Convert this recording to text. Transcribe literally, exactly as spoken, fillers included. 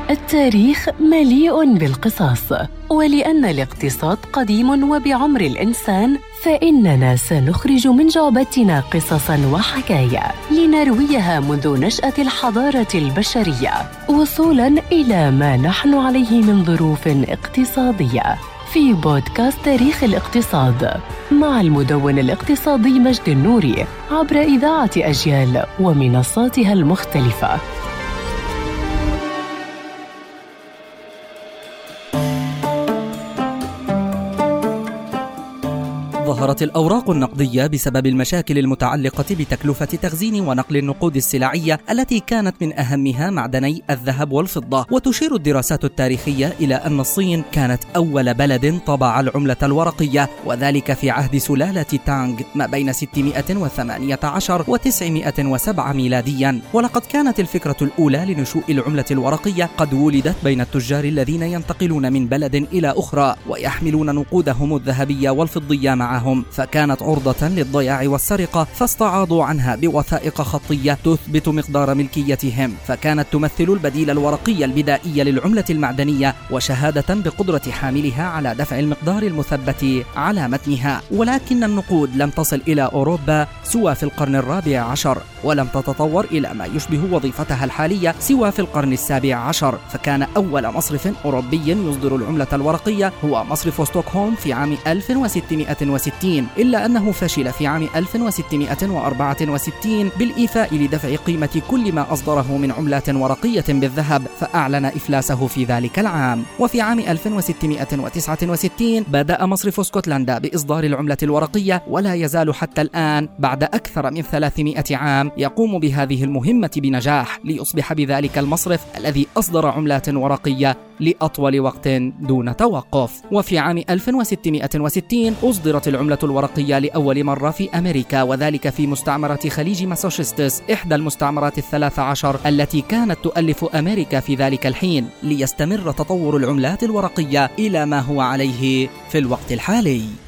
التاريخ مليء بالقصص، ولأن الاقتصاد قديم وبعمر الإنسان، فإننا سنخرج من جعبتنا قصصاً وحكايا لنرويها منذ نشأة الحضارة البشرية وصولاً إلى ما نحن عليه من ظروف اقتصادية، في بودكاست تاريخ الاقتصاد مع المدون الاقتصادي مجد النوري عبر إذاعة أجيال ومنصاتها المختلفة. ظهرت الأوراق النقدية بسبب المشاكل المتعلقة بتكلفة تخزين ونقل النقود السلعية التي كانت من أهمها معدني الذهب والفضة. وتشير الدراسات التاريخية إلى أن الصين كانت أول بلد طبع العملة الورقية، وذلك في عهد سلالة تانغ ما بين ستمائة وثمانية عشر وتسعمائة وسبعة ميلاديا. ولقد كانت الفكرة الأولى لنشوء العملة الورقية قد ولدت بين التجار الذين ينتقلون من بلد إلى أخرى ويحملون نقودهم الذهبية والفضية معهم، فكانت عرضة للضياع والسرقة، فاستعاضوا عنها بوثائق خطية تثبت مقدار ملكيتهم، فكانت تمثل البديل الورقي البدائي للعملة المعدنية وشهادة بقدرة حاملها على دفع المقدار المثبت على متنها. ولكن النقود لم تصل إلى أوروبا سوى في القرن الرابع عشر، ولم تتطور إلى ما يشبه وظيفتها الحالية سوى في القرن السابع عشر. فكان أول مصرف أوروبي يصدر العملة الورقية هو مصرف ستوكهولم في عام ألف وستمائة وستين، إلا أنه فشل في عام ألف وستمائة وأربعة وستين بالإيفاء لدفع قيمة كل ما أصدره من عملات ورقية بالذهب، فأعلن إفلاسه في ذلك العام. وفي عام ألف وستمائة وتسعة وستين بدأ مصرف اسكتلندا بإصدار العملة الورقية، ولا يزال حتى الآن بعد أكثر من ثلاثمائة عام يقوم بهذه المهمة بنجاح، ليصبح بذلك المصرف الذي أصدر عملات ورقية لأطول وقت دون توقف. وفي عام ألف وستمائة وستين أصدرت العملة الورقية لأول مرة في أمريكا، وذلك في مستعمرة خليج ماساتشوستس، إحدى المستعمرات الثلاث عشر التي كانت تؤلف أمريكا في ذلك الحين، ليستمر تطور العملات الورقية إلى ما هو عليه في الوقت الحالي.